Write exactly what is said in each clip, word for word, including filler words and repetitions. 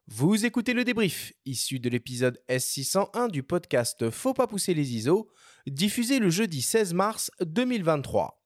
Vous écoutez le débrief, issu de l'épisode S six cent un du podcast Faut pas pousser les I S O, diffusé le jeudi seize mars deux mille vingt-trois.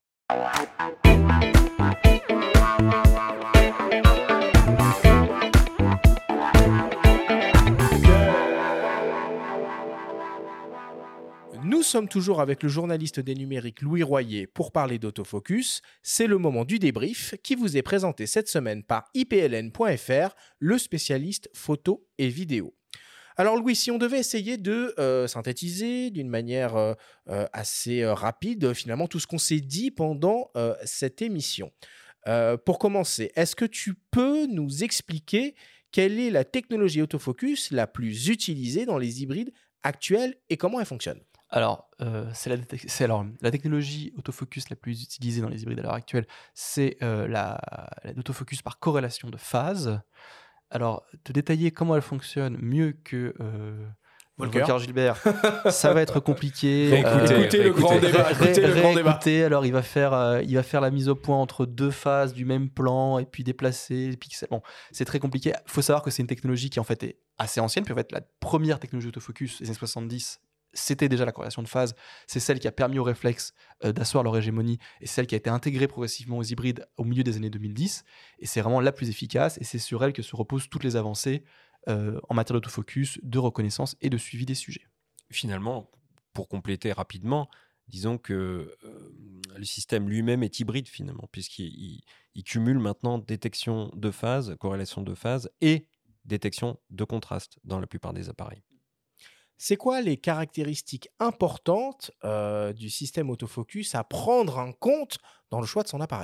Nous sommes toujours avec le journaliste des numériques Louis Royer pour parler d'autofocus. C'est le moment du débrief qui vous est présenté cette semaine par I P L N point F R, le spécialiste photo et vidéo. Alors Louis, si on devait essayer de euh, synthétiser d'une manière euh, euh, assez euh, rapide finalement tout ce qu'on s'est dit pendant euh, cette émission. Euh, pour commencer, est-ce que tu peux nous expliquer quelle est la technologie autofocus la plus utilisée dans les hybrides actuels et comment elle fonctionne ? Alors, euh, c'est la, c'est alors, la technologie autofocus la plus utilisée dans les hybrides à l'heure actuelle, c'est euh, la, la- l'autofocus par corrélation de phase. Alors, te détailler comment elle fonctionne mieux que euh, Volker. Volker Gilbert, ça va être compliqué. Réécoutez, Euh, écoutez le grand ré- débat, ré- écoutez le grand débat. réécoutez. Alors, il va faire, euh, il va faire la mise au point entre deux phases du même plan et puis déplacer les pixels. Bon, c'est très compliqué. Il faut savoir que c'est une technologie qui en fait est assez ancienne. Puis en fait, la première technologie autofocus des années soixante-dix, c'était déjà la corrélation de phase. C'est celle qui a permis aux réflexes euh, d'asseoir leur hégémonie et c'est celle qui a été intégrée progressivement aux hybrides au milieu des années deux mille dix. Et c'est vraiment la plus efficace et c'est sur elle que se reposent toutes les avancées euh, en matière d'autofocus, de reconnaissance et de suivi des sujets. Finalement, pour compléter rapidement, disons que euh, le système lui-même est hybride finalement, puisqu'il il, il cumule maintenant détection de phase, corrélation de phase et détection de contraste dans la plupart des appareils. C'est quoi les caractéristiques importantes euh, du système autofocus à prendre en compte dans le choix de son appareil ?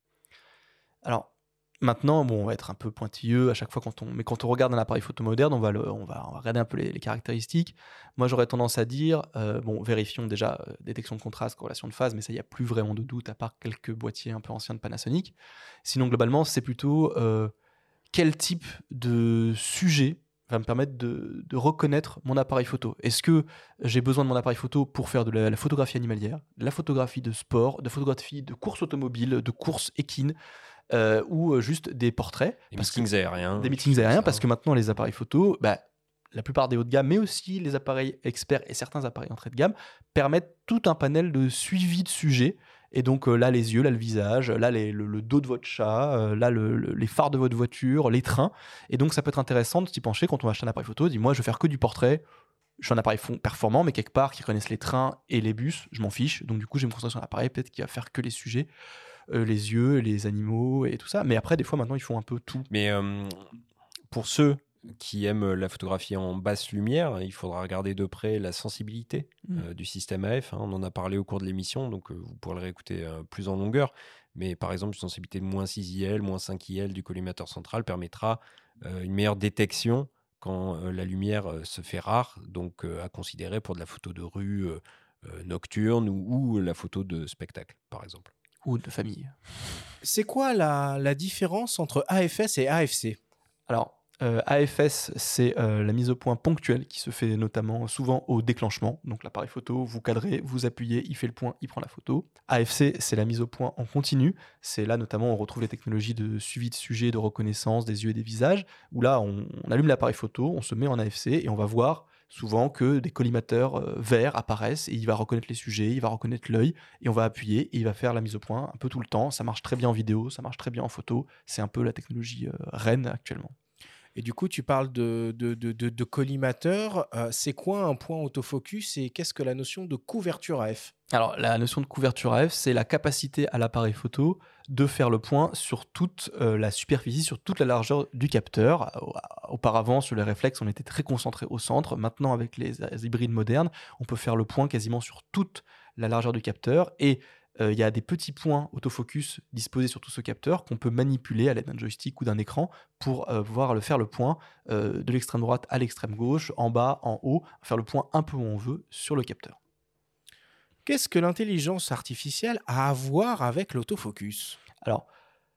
Alors, maintenant, bon, on va être un peu pointilleux à chaque fois quand on, mais quand on regarde un appareil photo moderne, on va, le, on va, on va regarder un peu les, les caractéristiques. Moi, j'aurais tendance à dire, euh, bon, vérifions déjà euh, détection de contraste, corrélation de phase, mais ça, il n'y a plus vraiment de doute à part quelques boîtiers un peu anciens de Panasonic. Sinon, globalement, c'est plutôt euh, quel type de sujet va me permettre de, de reconnaître mon appareil photo. Est-ce que j'ai besoin de mon appareil photo pour faire de la, la photographie animalière, de la photographie de sport, de photographie de course automobile, de course équine, euh, ou euh, juste des portraits, Des parce meetings que, aériens. des meetings aériens, parce que maintenant les appareils photo, bah, la plupart des hauts de gamme, mais aussi les appareils experts et certains appareils entrée de gamme, permettent tout un panel de suivi de sujets. Et donc euh, là, les yeux, là, le visage, là, les- le, le dos de votre chat, euh, là, le- le- les phares de votre voiture, les trains. Et donc, ça peut être intéressant de s'y pencher quand on achète un appareil photo. Dit, moi, je vais faire que du portrait. Je suis un appareil fon- performant, mais quelque part, qui connaissent les trains et les bus, je m'en fiche. Donc, du coup, je vais me concentrer sur un appareil peut-être qui va faire que les sujets, euh, les yeux, les animaux et tout ça. Mais après, des fois, maintenant, ils font un peu tout. Mais euh, pour ceux qui aiment la photographie en basse lumière, il faudra regarder de près la sensibilité Mm. euh, du système A F. Hein. On en a parlé au cours de l'émission, donc euh, vous pourrez le réécouter euh, plus en longueur. Mais par exemple, une sensibilité de moins six I L, moins cinq I L du collimateur central permettra euh, une meilleure détection quand euh, la lumière euh, se fait rare, donc euh, à considérer pour de la photo de rue euh, euh, nocturne ou, ou la photo de spectacle, par exemple. Ou de famille. C'est quoi la, la différence entre A F S et A F C ? Alors, euh, A F S, c'est euh, la mise au point ponctuelle qui se fait notamment souvent au déclenchement. Donc l'appareil photo, vous cadrez, vous appuyez, il fait le point, il prend la photo. A F C, c'est la mise au point en continu. C'est là notamment on retrouve les technologies de suivi de sujet, de reconnaissance des yeux et des visages, où là on, on allume l'appareil photo, on se met en A F C et on va voir souvent que des collimateurs euh, verts apparaissent et il va reconnaître les sujets, il va reconnaître l'œil et on va appuyer et il va faire la mise au point un peu tout le temps. Ça marche très bien en vidéo, ça marche très bien en photo. C'est un peu la technologie euh, reine actuellement. Et du coup, tu parles de, de, de, de, de collimateur. Euh, c'est quoi un point autofocus et qu'est-ce que la notion de couverture A F ? Alors, la notion de couverture A F, c'est la capacité à l'appareil photo de faire le point sur toute euh, la superficie, sur toute la largeur du capteur. Auparavant, sur les réflexes, on était très concentré au centre. Maintenant, avec les, les hybrides modernes, on peut faire le point quasiment sur toute la largeur du capteur. Et il euh, y a des petits points autofocus disposés sur tout ce capteur qu'on peut manipuler à l'aide d'un joystick ou d'un écran pour euh, pouvoir le faire le point euh, de l'extrême droite à l'extrême gauche, en bas, en haut, faire le point un peu où on veut sur le capteur. Qu'est-ce que l'intelligence artificielle a à voir avec l'autofocus ?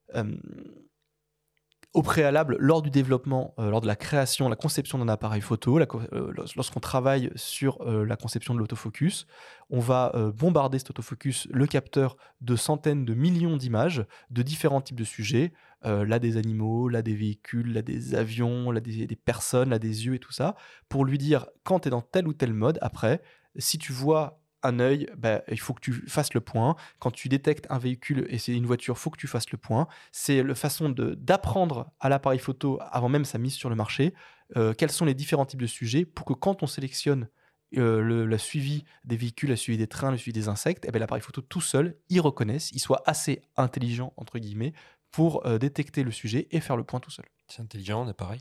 Alors, euh, au préalable, lors du développement, euh, lors de la création, la conception d'un appareil photo, la co- euh, lorsqu'on travaille sur euh, la conception de l'autofocus, on va euh, bombarder cet autofocus, le capteur, de centaines de millions d'images de différents types de sujets, euh, là des animaux, là des véhicules, là des avions, là des, des personnes, là des yeux et tout ça, pour lui dire, quand tu es dans tel ou tel mode, après, si tu vois un œil, bah, il faut que tu fasses le point. Quand tu détectes un véhicule et c'est une voiture, il faut que tu fasses le point. C'est la façon de, d'apprendre à l'appareil photo, avant même sa mise sur le marché, euh, quels sont les différents types de sujets pour que quand on sélectionne euh, le, le suivi des véhicules, le suivi des trains, le suivi des insectes, eh ben, l'appareil photo tout seul, il reconnaisse, il soit assez intelligent, entre guillemets, pour euh, détecter le sujet et faire le point tout seul. C'est intelligent, un appareil.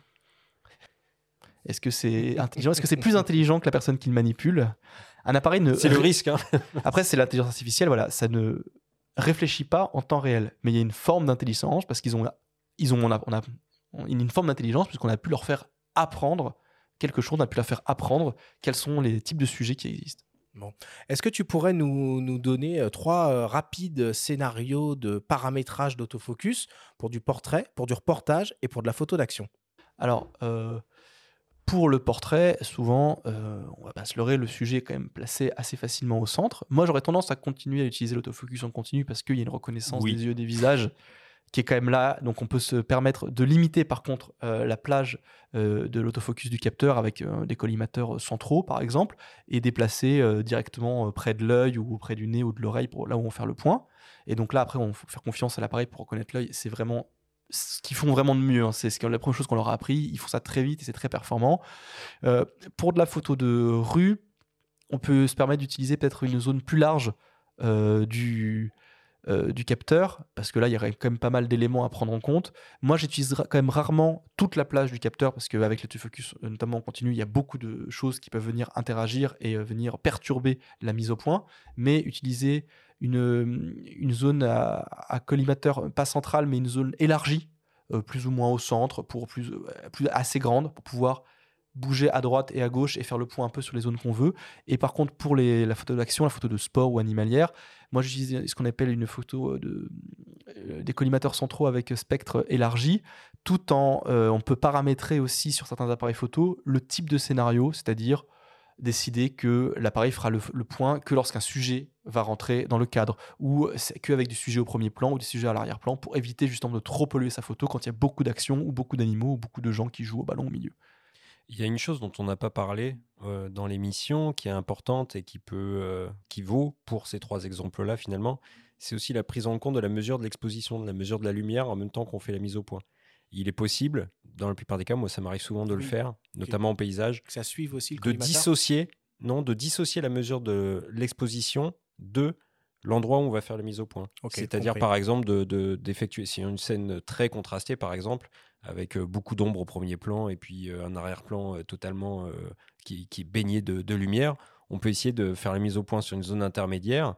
Est-ce que c'est intelligent? Est-ce que c'est plus intelligent que la personne qui le manipule? Un appareil ne... C'est le risque. Hein. Après, c'est l'intelligence artificielle, voilà, ça ne réfléchit pas en temps réel, mais il y a une forme d'intelligence parce qu'ils ont, ils ont, on a, on a, on- il y a une forme d'intelligence puisqu'on a pu leur faire apprendre quelque chose, on a pu leur faire apprendre quels sont les types de sujets qui existent. Est-ce que tu pourrais nous, nous donner euh, trois euh, rapides scénarios de paramétrage d'autofocus pour du portrait, pour du reportage et pour de la photo d'action? Alors, euh, pour le portrait, souvent, euh, on va pas se leurrer, le sujet est quand même placé assez facilement au centre. Moi, j'aurais tendance à continuer à utiliser l'autofocus en continu parce qu'il y a une reconnaissance Oui. des yeux et des visages qui est quand même là. Donc, on peut se permettre de limiter, par contre, euh, la plage euh, de l'autofocus du capteur avec euh, des collimateurs centraux, par exemple, et déplacer euh, directement euh, près de l'œil ou près du nez ou de l'oreille pour là où on va faire le point. Et donc là, après, on faut faire confiance à l'appareil pour reconnaître l'œil. C'est vraiment ce qu'ils font vraiment de mieux. Hein. C'est ce que, la première chose qu'on leur a appris. Ils font ça très vite et c'est très performant. Euh, pour de la photo de rue, on peut se permettre d'utiliser peut-être une zone plus large euh, du, euh, du capteur, parce que là, il y aurait quand même pas mal d'éléments à prendre en compte. Moi, j'utilise ra- quand même rarement toute la plage du capteur, parce qu'avec l'autofocus, euh, notamment en continu, il y a beaucoup de choses qui peuvent venir interagir et euh, venir perturber la mise au point, mais utiliser une, une zone à, à collimateur, pas centrale, mais une zone élargie, euh, plus ou moins au centre, pour plus, euh, plus assez grande, pour pouvoir bouger à droite et à gauche et faire le point un peu sur les zones qu'on veut. Et par contre, pour les, la photo d'action, la photo de sport ou animalière, moi j'utilise ce qu'on appelle une photo de, euh, des collimateurs centraux avec spectre élargi, tout en, euh, on peut paramétrer aussi sur certains appareils photo le type de scénario, c'est-à-dire décider que l'appareil fera le, le point que lorsqu'un sujet va rentrer dans le cadre, ou c'est qu'avec du sujet au premier plan ou du sujet à l'arrière-plan, pour éviter justement de trop polluer sa photo quand il y a beaucoup d'actions ou beaucoup d'animaux ou beaucoup de gens qui jouent au ballon au milieu. Il y a une chose dont on n'a pas parlé euh, dans l'émission, qui est importante et qui peut, euh, qui vaut pour ces trois exemples-là finalement, c'est aussi la prise en compte de la mesure de l'exposition, de la mesure de la lumière en même temps qu'on fait la mise au point. Il est possible, dans la plupart des cas, moi ça m'arrive souvent de Oui. le faire, notamment en paysage, Que ça suive aussi le de collimateur? dissocier, non, de dissocier la mesure de l'exposition de l'endroit où on va faire la mise au point. Ok, C'est-à-dire compris. par exemple de, de- d'effectuer, si une scène très contrastée par exemple, avec euh, beaucoup d'ombre au premier plan et puis euh, un arrière-plan euh, totalement euh, qui, qui est baigné de, de lumière, on peut essayer de faire la mise au point sur une zone intermédiaire.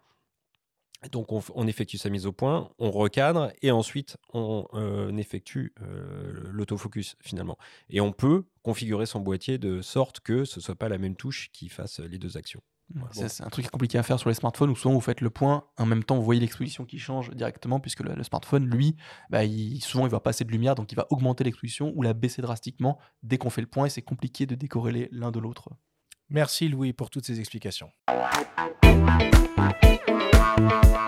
Donc on, f- on effectue sa mise au point, on recadre et ensuite on euh, effectue euh, l'autofocus finalement. Et on peut configurer son boîtier de sorte que ce ne soit pas la même touche qui fasse les deux actions. Voilà. Ça, c'est un truc compliqué à faire sur les smartphones où souvent vous faites le point, en même temps vous voyez l'exposition qui change directement puisque le, le smartphone, lui, bah, il, souvent il va passer de lumière donc il va augmenter l'exposition ou la baisser drastiquement dès qu'on fait le point et c'est compliqué de décorréler l'un de l'autre. Merci Louis pour toutes ces explications.